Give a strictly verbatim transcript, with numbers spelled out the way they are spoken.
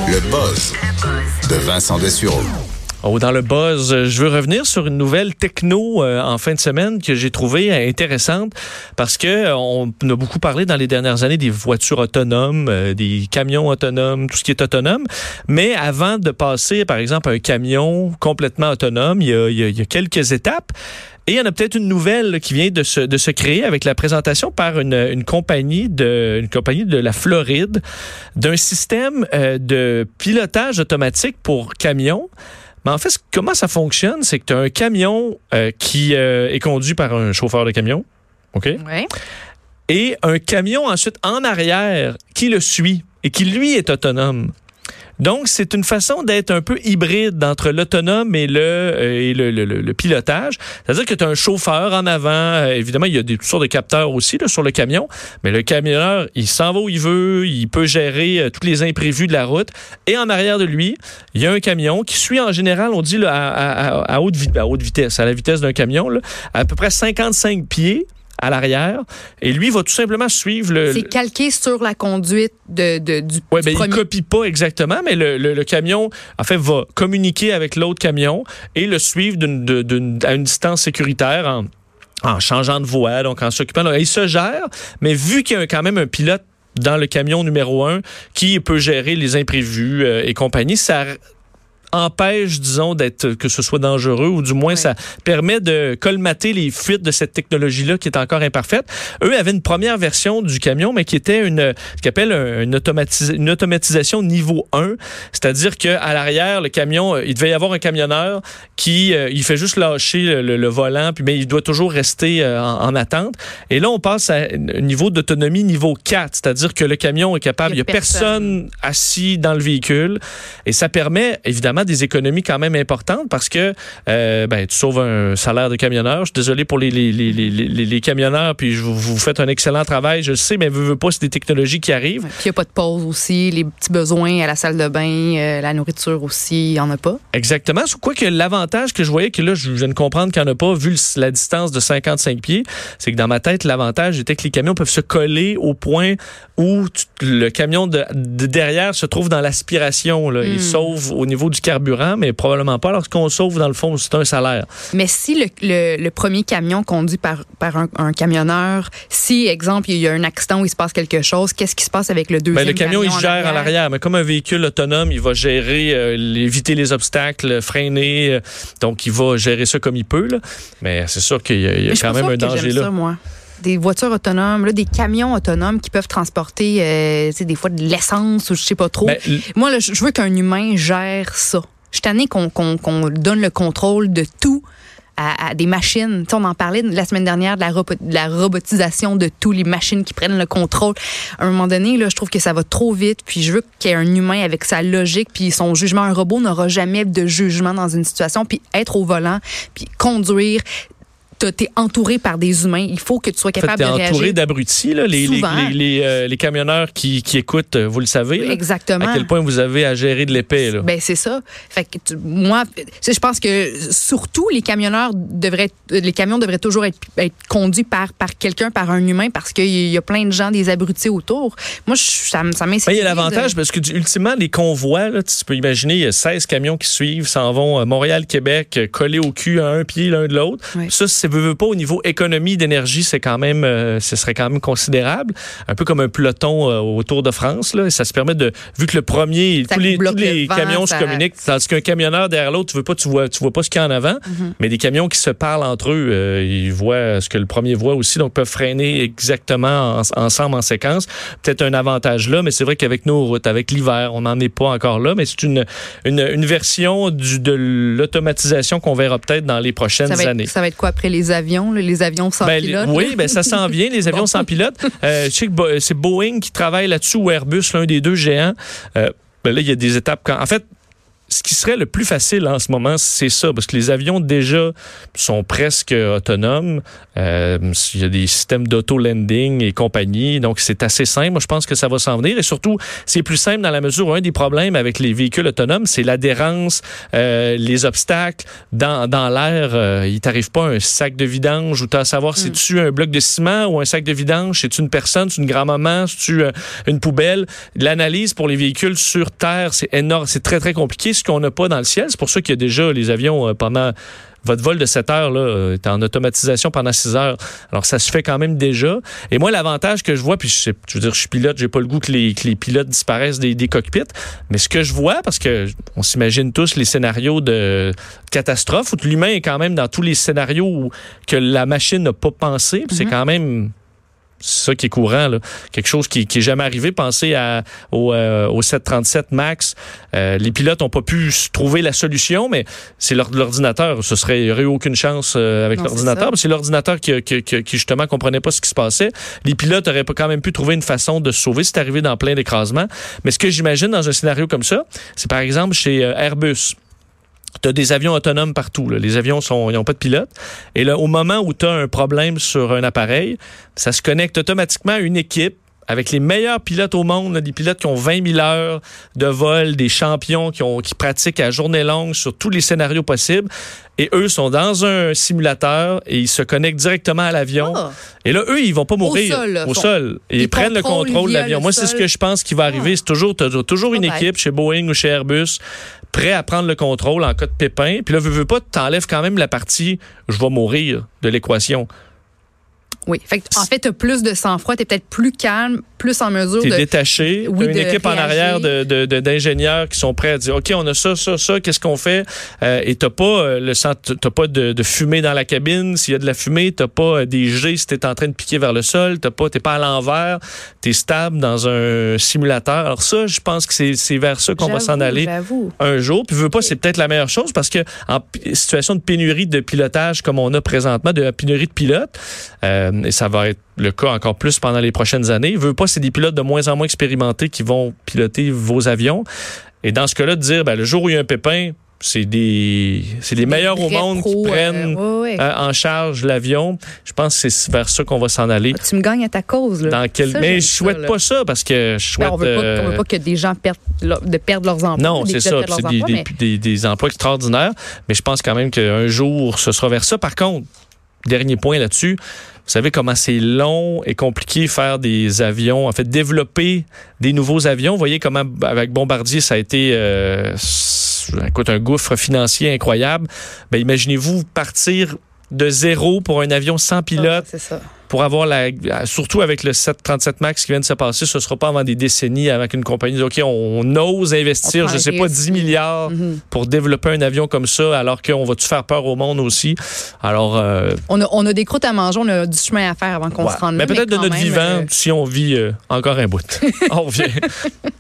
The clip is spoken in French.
Le buzz de Vincent Dessureau. Oh, dans le buzz, je veux revenir sur une nouvelle techno euh, en fin de semaine que j'ai trouvée intéressante parce que euh, on a beaucoup parlé dans les dernières années des voitures autonomes, euh, des camions autonomes, tout ce qui est autonome. Mais avant de passer, par exemple, à un camion complètement autonome, il y a, il y a, il y a quelques étapes. Et il y en a peut-être une nouvelle qui vient de se, de se créer avec la présentation par une, une, compagnie de, une compagnie de la Floride d'un système euh, de pilotage automatique pour camions. Mais en fait, comment ça fonctionne, c'est que tu as un camion euh, qui euh, est conduit par un chauffeur de camion, OK? Oui. Et un camion ensuite en arrière qui le suit et qui, lui, est autonome. Donc, c'est une façon d'être un peu hybride entre l'autonome et le, euh, et le, le, le, le pilotage. C'est-à-dire que tu as un chauffeur en avant. Euh, évidemment, il y a des, toutes sortes de capteurs aussi là, sur le camion. Mais le camionneur, il s'en va où il veut. Il peut gérer euh, tous les imprévus de la route. Et en arrière de lui, il y a un camion qui suit en général, on dit, là, à, à, à, haute, à haute vitesse, à la vitesse d'un camion, là, à peu près cinquante-cinq pieds à l'arrière, et lui va tout simplement suivre le... C'est calqué sur la conduite de, de, du, ouais, du ben, premier... il copie pas exactement, mais le, le, le camion, en fait, va communiquer avec l'autre camion et le suivre d'une, d'une, à une distance sécuritaire en, en changeant de voie, donc en s'occupant... Il se gère, mais vu qu'il y a quand même un pilote dans le camion numéro un qui peut gérer les imprévus euh, et compagnie, ça... empêche, disons, d'être que ce soit dangereux, ou du moins, oui. Ça permet de colmater les fuites de cette technologie-là qui est encore imparfaite. Eux avaient une première version du camion, mais qui était une, ce qu'ils appellent une, automatis- une automatisation niveau un, c'est-à-dire qu'à l'arrière, le camion, il devait y avoir un camionneur qui, euh, il fait juste lâcher le, le, le volant, puis mais il doit toujours rester euh, en, en attente. Et là, on passe à un niveau d'autonomie niveau quatre, c'est-à-dire que le camion est capable, il n'y a, a personne. personne assis dans le véhicule, et ça permet, évidemment, des économies quand même importantes parce que euh, ben, tu sauves un salaire de camionneur. Je suis désolé pour les, les, les, les, les, les camionneurs, puis vous, vous faites un excellent travail, je le sais, mais vous ne voulez pas, c'est des technologies qui arrivent. Ouais, puis il n'y a pas de pause aussi, les petits besoins à la salle de bain, euh, la nourriture aussi, il n'y en a pas. Exactement. Quoi que l'avantage que je voyais, que là, je viens de comprendre qu'il n'y en a pas, vu le, la distance de cinquante-cinq pieds, c'est que dans ma tête, l'avantage était que les camions peuvent se coller au point où tu, le camion de, de derrière se trouve dans l'aspiration. Là. Mm. Il sauve au niveau du carburant, mais probablement pas lorsqu'on sauve, dans le fond, c'est un salaire. Mais si le, le, le premier camion conduit par, par un, un camionneur, si, exemple, il y a un accident où il se passe quelque chose, qu'est-ce qui se passe avec le deuxième ben, le camion? camion il gère à l'arrière, mais comme un véhicule autonome, il va gérer, euh, éviter les obstacles, freiner, euh, donc il va gérer ça comme il peut. Là. Mais c'est sûr qu'il y a, il y a quand même un danger j'aime là. Ça, moi. Des voitures autonomes, là, des camions autonomes qui peuvent transporter euh, des fois de l'essence ou je sais pas trop. Ben, moi, là, je veux qu'un humain gère ça. Je suis tannée qu'on, qu'on, qu'on donne le contrôle de tout à, à des machines. T'sais, on en parlait la semaine dernière de la, ro- de la robotisation de tout, les machines qui prennent le contrôle. À un moment donné, là, je trouve que ça va trop vite, puis je veux qu'il y ait un humain avec sa logique, puis son jugement. Un robot n'aura jamais de jugement dans une situation, puis être au volant, puis conduire... T'es entouré par des humains. Il faut que tu sois capable en fait, de réagir. T'es entouré d'abrutis, là, les, les, les, les, euh, les camionneurs qui, qui écoutent, vous le savez. Là, exactement. À quel point vous avez à gérer de l'épais. Là. Ben c'est ça. Fait que tu, moi, je pense que surtout les camionneurs devraient, les camions devraient toujours être, être conduits par par quelqu'un, par un humain, parce qu'il y a plein de gens, des abrutis autour. Moi, je, ça, ça m'inspire. Ben, il y a l'avantage de... parce que ultimement les convois, là, tu peux imaginer, il y a seize camions qui suivent, s'en vont à Montréal-Québec, collés au cul à un pied l'un de l'autre. Oui. Ça, c'est veut, veut pas au niveau économie d'énergie, c'est quand même, euh, ce serait quand même considérable. Un peu comme un peloton euh, au Tour de France. Là, ça se permet de, vu que le premier, ça tous les, tous les vent, camions ça... se communiquent, tandis qu'un camionneur derrière l'autre, tu veux pas, tu vois, tu vois pas ce qu'il y a en avant, mm-hmm. mais des camions qui se parlent entre eux, euh, ils voient ce que le premier voit aussi, donc peuvent freiner exactement en, ensemble en séquence. Peut-être un avantage là, mais c'est vrai qu'avec nos routes, avec l'hiver, on n'en est pas encore là, mais c'est une, une, une version du, de l'automatisation qu'on verra peut-être dans les prochaines ça va être, années. Ça va être quoi après les avions, là, les avions sans ben, pilote? Oui, ben, ça s'en vient, les avions bon. sans pilote. Euh, je sais que c'est Boeing qui travaille là-dessus ou Airbus, l'un des deux géants. Euh, ben là, il y a des étapes. Quand, en fait, ce qui serait le plus facile en ce moment, c'est ça, parce que les avions déjà sont presque autonomes. Euh, il y a des systèmes d'auto-landing et compagnie, donc c'est assez simple. Moi, je pense que ça va s'en venir. Et surtout, c'est plus simple dans la mesure où un des problèmes avec les véhicules autonomes, c'est l'adhérence, euh, les obstacles. Dans, dans l'air, euh, il t'arrive pas un sac de vidange où tu as à savoir mm. si tu un bloc de ciment ou un sac de vidange, c'est-tu une personne, c'est une grand-maman, c'est-tu euh, une poubelle. L'analyse pour les véhicules sur terre, c'est énorme, c'est très, très compliqué. Ce qu'on n'a pas dans le ciel. C'est pour ça qu'il y a déjà les avions euh, pendant votre vol de sept heures là, euh, est en automatisation pendant six heures. Alors, ça se fait quand même déjà. Et moi, l'avantage que je vois, puis je, je veux dire, je suis pilote, j'ai pas le goût que les, que les pilotes disparaissent des, des cockpits, mais ce que je vois, parce que on s'imagine tous les scénarios de catastrophe, où l'humain est quand même dans tous les scénarios où, que la machine n'a pas pensé, puis mm-hmm. c'est quand même... C'est ça qui est courant, là. Quelque chose qui, qui est jamais arrivé. Pensez à, au, euh, au sept trente-sept MAX. Euh, les pilotes n'ont pas pu trouver la solution, mais c'est l'ordinateur. Ce serait, il n'y aurait eu aucune chance euh, avec non, l'ordinateur. C'est, c'est l'ordinateur qui, qui, qui, qui, justement, comprenait pas ce qui se passait. Les pilotes auraient quand même pu trouver une façon de se sauver. C'est arrivé dans plein d'écrasements. Mais ce que j'imagine dans un scénario comme ça, c'est par exemple chez euh, Airbus. Tu as des avions autonomes partout. Là. Les avions sont, ils n'ont pas de pilote. Et là, au moment où tu as un problème sur un appareil, ça se connecte automatiquement à une équipe avec les meilleurs pilotes au monde, là, des pilotes qui ont vingt mille heures de vol, des champions qui, ont, qui pratiquent à journée longue sur tous les scénarios possibles. Et eux sont dans un simulateur et ils se connectent directement à l'avion. Oh. Et là, eux, ils vont pas mourir au sol. Au sol. Et ils prennent le contrôle de l'avion. Moi, c'est ce que je pense qui va arriver. Ah. C'est toujours, t'as toujours une équipe chez Boeing ou chez Airbus prêt à prendre le contrôle en cas de pépin. Puis là, veux, veux pas, t'enlèves quand même la partie « je vais mourir » de l'équation. Oui. Fait en fait, tu as plus de sang-froid, tu es peut-être plus calme, plus en mesure t'es de... T'es détaché. Oui, tu as une équipe réagir. En arrière de, de, de, d'ingénieurs qui sont prêts à dire « OK, on a ça, ça, ça, qu'est-ce qu'on fait? Euh, » Et tu n'as pas, euh, le sang, t'as pas de, de fumée dans la cabine. S'il y a de la fumée, tu n'as pas des jets si tu es en train de piquer vers le sol. Tu n'es pas à l'envers. Tu es stable dans un simulateur. Alors ça, je pense que c'est, c'est vers ça qu'on j'avoue, va s'en aller j'avoue. un jour. Puis veux pas, c'est peut-être la meilleure chose parce que en p- situation de pénurie de pilotage comme on a présentement, de pénurie de pilotes, euh, et ça va être le cas encore plus pendant les prochaines années. Veut pas, c'est des pilotes de moins en moins expérimentés qui vont piloter vos avions. Et dans ce cas-là, de dire, ben, le jour où il y a un pépin, c'est des, c'est les meilleurs au monde pro, qui prennent euh, ouais, ouais. Euh, en charge l'avion. Je pense que c'est vers ça qu'on va s'en aller. Ah, tu me gagnes à ta cause. Là. Dans quel... ça, Mais je souhaite ça, pas ça parce que je souhaite... Ben, on veut pas, euh... on veut pas que des gens perdent, de perdre leurs emplois. Non, c'est ça. C'est des, emplois, mais... des, des, des emplois extraordinaires. Mais je pense quand même qu'un jour, ce sera vers ça. Par contre, dernier point là-dessus, vous savez comment c'est long et compliqué faire des avions, en fait, développer des nouveaux avions. Vous voyez comment, avec Bombardier, ça a été euh, écoute, un gouffre financier incroyable. Ben, imaginez-vous partir de zéro pour un avion sans pilote. Ah, c'est ça. Pour avoir la, surtout avec le sept trente-sept MAX qui vient de se passer, ce ne sera pas avant des décennies avec une compagnie de, OK, on, on ose investir, on je ne sais pas, dix milliards mm-hmm. pour développer un avion comme ça, alors qu'on va-tu faire peur au monde aussi? Alors, euh, on, a, on a des croûtes à manger, on a du chemin à faire avant qu'on ouais. se rende mais là. Peut-être mais peut-être de notre même, vivant, euh... si on vit euh, encore un bout. On revient.